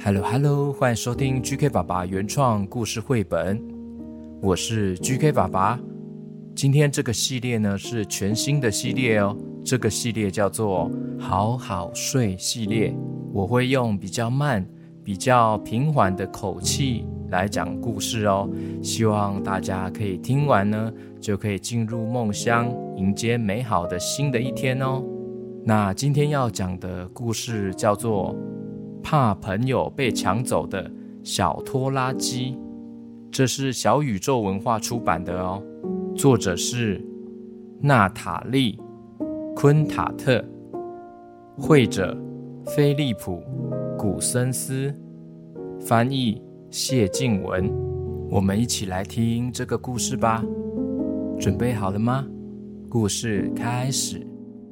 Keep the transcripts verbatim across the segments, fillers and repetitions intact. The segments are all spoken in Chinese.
Hello Hello， 欢迎收听 G K 爸爸原创故事绘本，我是 G K 爸爸。今天这个系列呢是全新的系列哦，这个系列叫做好好睡系列。我会用比较慢、比较平缓的口气来讲故事哦，希望大家可以听完呢，就可以进入梦乡，迎接美好的新的一天哦。那今天要讲的故事叫做怕朋友被抢走的小拖拉机，这是小宇宙文化出版的哦，作者是娜塔莉·昆塔特，绘者菲利普·古森斯，翻译谢静文。我们一起来听这个故事吧，准备好了吗？故事开始。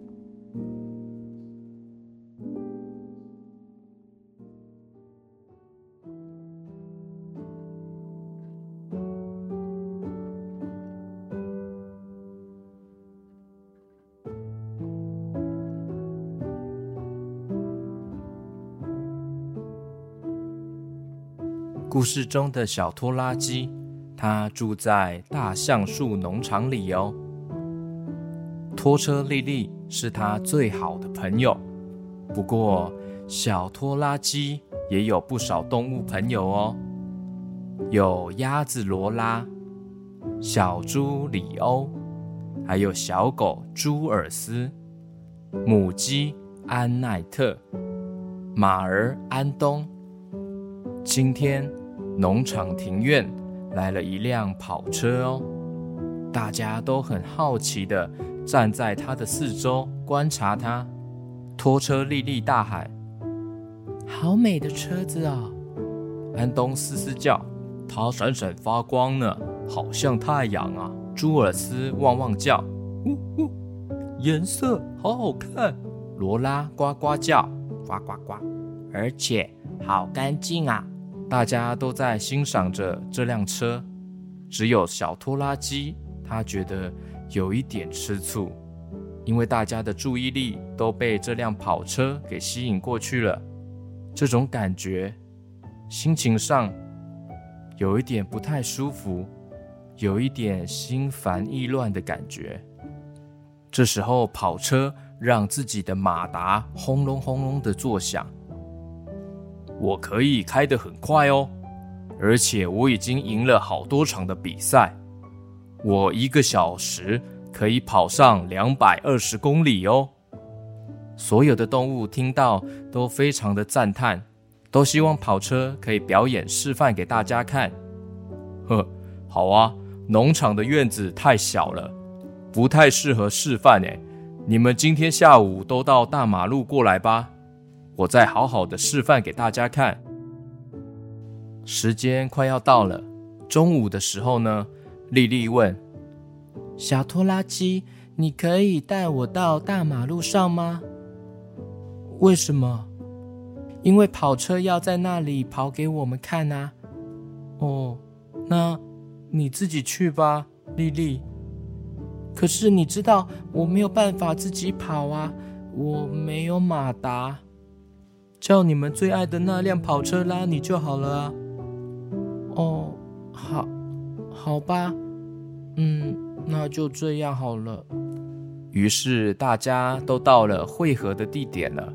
故事中的小拖拉机，它住在大橡树农场里哦。拖车莉莉是它最好的朋友，不过小拖拉机也有不少动物朋友哦，有鸭子罗拉、小猪里欧，还有小狗朱尔斯、母鸡安奈特、马儿安东。今天农场庭院来了一辆跑车哦，大家都很好奇地站在它的四周观察它。拖车莉莉大喊：好美的车子哦！安东嘶嘶叫：它闪闪发光呢，好像太阳啊！朱尔斯汪汪叫：呜呜，颜色好好看！罗拉呱呱叫：呱呱呱！而且好干净啊！大家都在欣赏着这辆车，只有小拖拉机，他觉得有一点吃醋，因为大家的注意力都被这辆跑车给吸引过去了。这种感觉，心情上有一点不太舒服，有一点心烦意乱的感觉。这时候，跑车让自己的马达轰隆轰隆的作响。我可以开得很快哦，而且我已经赢了好多场的比赛。我一个小时可以跑上两百二十公里哦。所有的动物听到都非常的赞叹，都希望跑车可以表演示范给大家看。呵，好啊，农场的院子太小了，不太适合示范诶。你们今天下午都到大马路过来吧。我再好好的示范给大家看。时间快要到了，中午的时候呢，莉莉问：小拖拉机，你可以带我到大马路上吗？为什么？因为跑车要在那里跑给我们看啊。哦，那你自己去吧，莉莉。可是你知道我没有办法自己跑啊，我没有马达。叫你们最爱的那辆跑车拉你就好了啊。哦，好，好吧，嗯，那就这样好了。于是大家都到了汇合的地点了。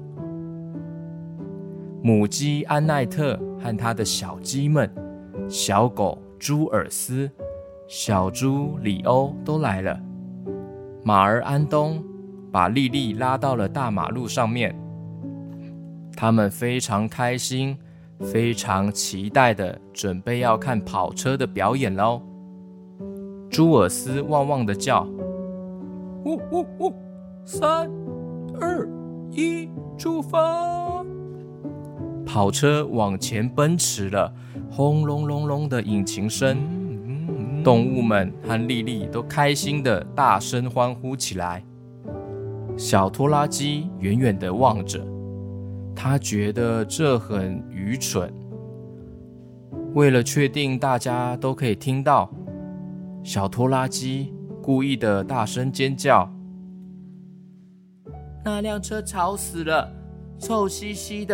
母鸡安奈特和她的小鸡们，小狗朱尔斯、小猪里欧都来了。马儿安东把莉莉拉到了大马路上面。他们非常开心，非常期待的准备要看跑车的表演咯。朱尔斯汪汪的叫：呜呜呜，三二一，出发！跑车往前奔驰了，轰隆隆隆的引擎声，动物们和莉莉都开心的大声欢呼起来。小拖拉机远远的望着，他觉得这很愚蠢。为了确定大家都可以听到，小拖拉机故意的大声尖叫：那辆车吵死了，臭兮兮的，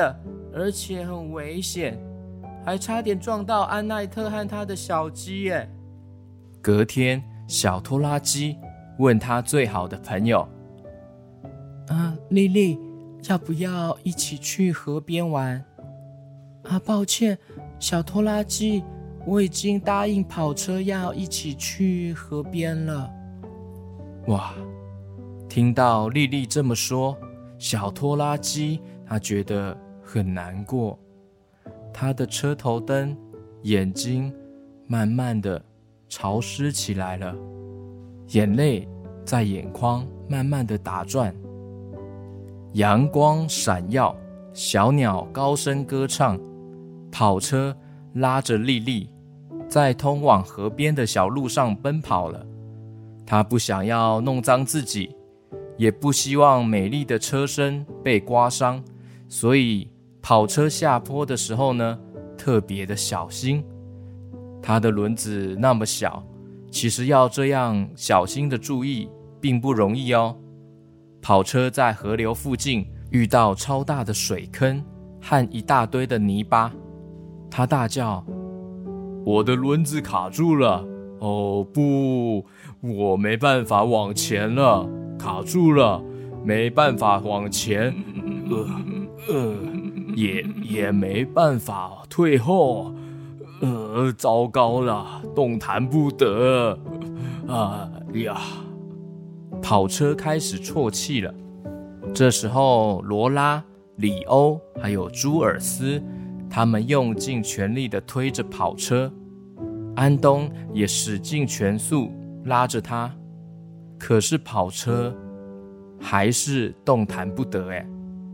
而且很危险，还差点撞到安奈特和他的小鸡耶。隔天，小拖拉机问他最好的朋友：啊，莉莉，要不要一起去河边玩？啊，抱歉，小拖拉机，我已经答应跑车要一起去河边了。哇，听到莉莉这么说，小拖拉机他觉得很难过，他的车头灯眼睛慢慢的潮湿起来了，眼泪在眼眶慢慢的打转。阳光闪耀，小鸟高声歌唱，跑车拉着莉莉在通往河边的小路上奔跑了。他不想要弄脏自己，也不希望美丽的车身被刮伤，所以跑车下坡的时候呢，特别的小心。它的轮子那么小，其实要这样小心的注意并不容易哦。跑车在河流附近遇到超大的水坑和一大堆的泥巴，他大叫：我的轮子卡住了！哦不，我没办法往前了，卡住了，没办法往前，呃呃，也也没办法退后，呃，糟糕了，动弹不得，啊呀！跑车开始啜泣了。这时候，罗拉、里欧还有朱尔斯，他们用尽全力地推着跑车。安东也使尽全速拉着他，可是跑车还是动弹不得哎，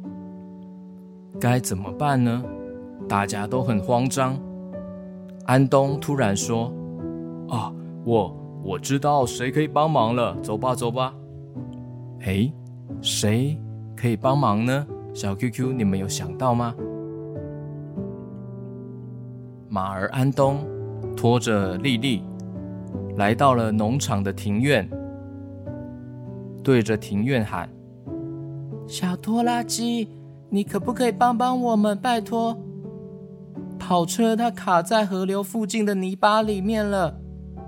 该怎么办呢？大家都很慌张。安东突然说：啊，我我知道谁可以帮忙了，走吧走吧。诶，谁可以帮忙呢？小 Q Q 你们有想到吗？马儿安东拖着莉莉来到了农场的庭院，对着庭院喊：小拖拉机，你可不可以帮帮我们，拜托？跑车它卡在河流附近的泥巴里面了。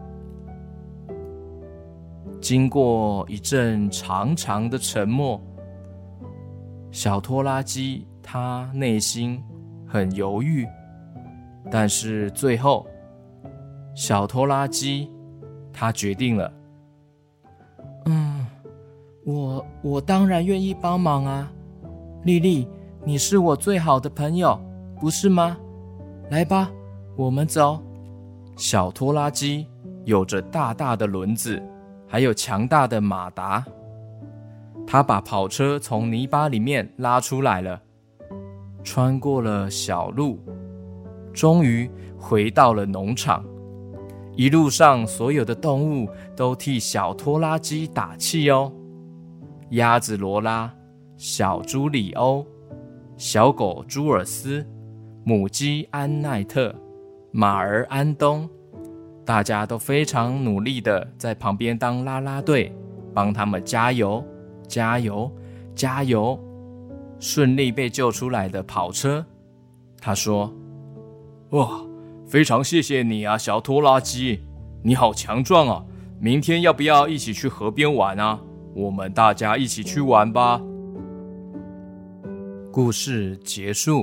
经过一阵长长的沉默，小拖拉机它内心很犹豫，但是最后小拖拉机他决定了，嗯，我我当然愿意帮忙啊，莉莉，你是我最好的朋友，不是吗？来吧，我们走。小拖拉机有着大大的轮子，还有强大的马达，他把跑车从泥巴里面拉出来了，穿过了小路，终于回到了农场。一路上，所有的动物都替小拖拉机打气哦。鸭子罗拉、小猪里欧、小狗朱尔斯、母鸡安奈特、马儿安东，大家都非常努力的在旁边当啦啦队，帮他们加油、加油、加油。顺利被救出来的跑车，他说：哇，非常谢谢你啊，小拖拉机，你好强壮啊！明天要不要一起去河边玩啊？我们大家一起去玩吧。故事结束。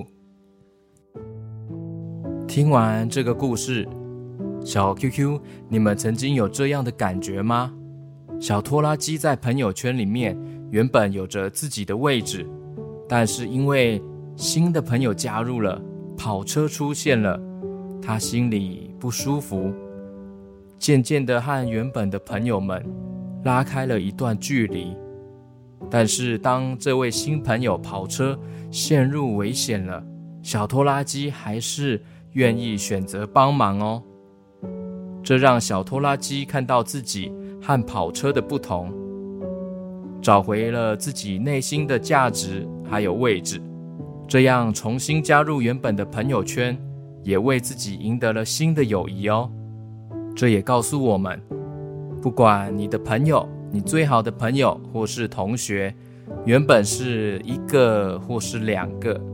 听完这个故事，小 Q Q， 你们曾经有这样的感觉吗？小拖拉机在朋友圈里面原本有着自己的位置，但是因为新的朋友加入了，跑车出现了，他心里不舒服，渐渐的和原本的朋友们拉开了一段距离。但是当这位新朋友跑车陷入危险了，小拖拉机还是愿意选择帮忙哦。这让小拖拉机看到自己和跑车的不同，找回了自己内心的价值还有位置，这样重新加入原本的朋友圈，也为自己赢得了新的友谊哦。这也告诉我们，不管你的朋友，你最好的朋友或是同学，原本是一个或是两个，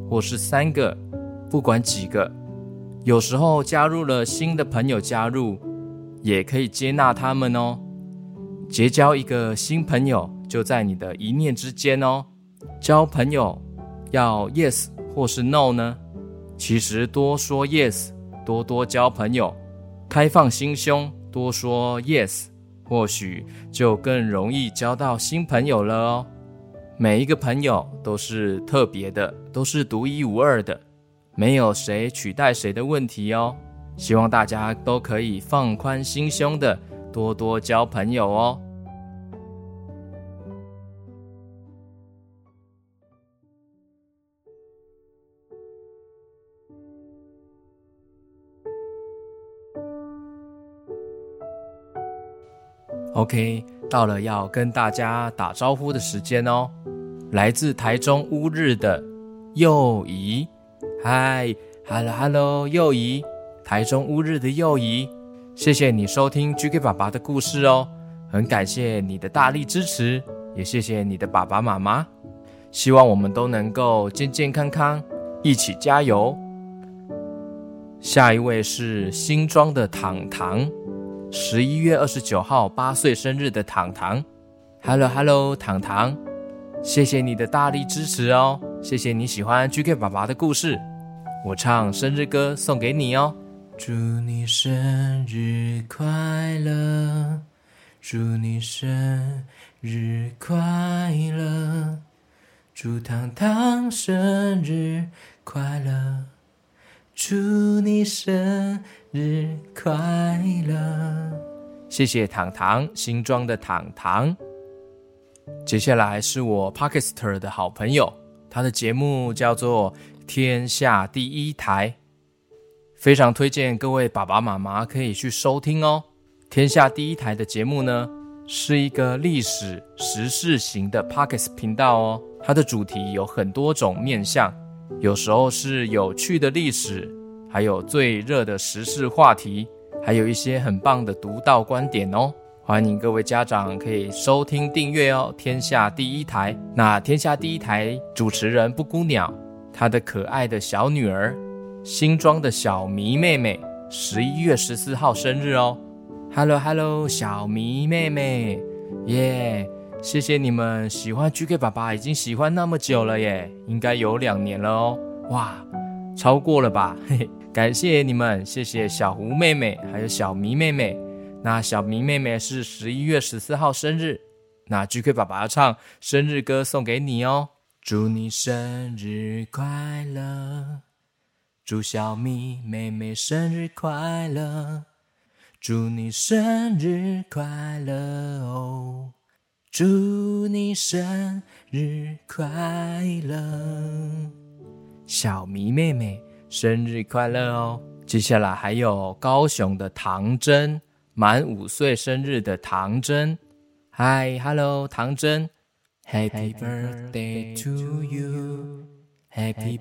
或是三个，不管几个。有时候加入了新的朋友加入，也可以接纳他们哦。结交一个新朋友就在你的一念之间哦。交朋友要 yes 或是 no 呢？其实多说 yes， 多多交朋友，开放心胸，多说 yes， 或许就更容易交到新朋友了哦。每一个朋友都是特别的，都是独一无二的，没有谁取代谁的问题哦。希望大家都可以放宽心胸的，多多交朋友哦。OK， 到了要跟大家打招呼的时间哦。来自台中乌日的幼仪，嗨 ，Hello Hello， 幼仪，台中乌日的幼仪，谢谢你收听 G K 爸爸的故事哦，很感谢你的大力支持，也谢谢你的爸爸妈妈，希望我们都能够健健康康，一起加油。下一位是新庄的糖糖。十一月二十九号八岁生日的糖糖 Hello Hello 糖糖，谢谢你的大力支持哦，谢谢你喜欢 G K 爸爸的故事，我唱生日歌送给你哦。祝你生日快乐，祝你生日快乐，祝糖糖生日快乐，祝你生日快乐。谢谢糖糖，新庄的糖糖。接下来是我 Podcaster 的好朋友，他的节目叫做天下第一台，非常推荐各位爸爸妈妈可以去收听哦。天下第一台的节目呢，是一个历史时事型的 Podcast 频道哦，它的主题有很多种面向，有时候是有趣的历史，还有最热的时事话题，还有一些很棒的独到观点哦。欢迎各位家长可以收听订阅哦，天下第一台。那天下第一台主持人布谷鸟，她的可爱的小女儿新庄的小迷妹妹十一月十四号生日哦。Hello Hello 小迷妹妹耶、yeah, 谢谢你们喜欢 G K 爸爸已经喜欢那么久了耶，应该有两年了哦。哇，超过了吧，嘿嘿，感谢你们，谢谢小胡妹妹还有小迷妹妹。那小迷妹妹是十一月十四号生日，那 G K 爸爸要唱生日歌送给你哦。祝你生日快乐，祝小迷妹妹生日快乐，祝你生日快乐哦，祝你生日快乐，小迷妹妹生日快乐哦。接下来还有高雄的唐真，满五岁生日的唐真，嗨 ，Hello 唐真 ，Happy birthday to you， Happy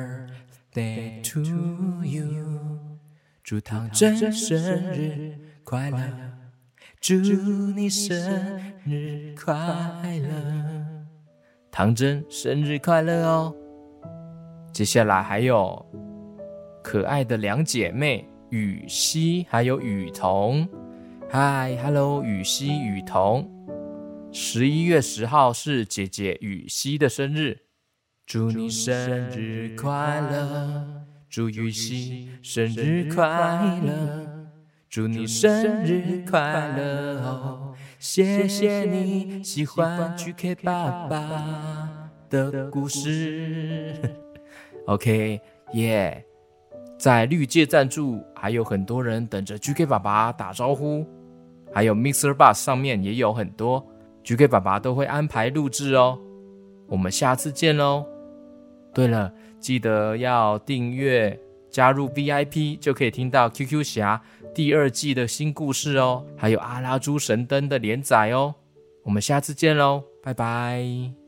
birthday to you， 祝唐真生日快乐，祝你生日快乐，唐真生日快乐哦。接下来还有可爱的两姐妹雨熙还有雨桐，嗨 ，Hello 雨熙雨桐，十一月十号是姐姐雨熙的生日，祝你生日快乐，祝雨熙生日快乐，祝你生日快乐哦，谢谢你喜欢 G K 爸爸的故事。OK， 耶、yeah 在绿界赞助还有很多人等着 G K 爸爸打招呼，还有 Mixer Bus 上面也有很多 G K 爸爸都会安排录制哦。我们下次见咯。对了，记得要订阅加入 V I P 就可以听到 Q Q 侠第二季的新故事哦，还有阿拉猪神灯的连载哦。我们下次见咯，拜拜。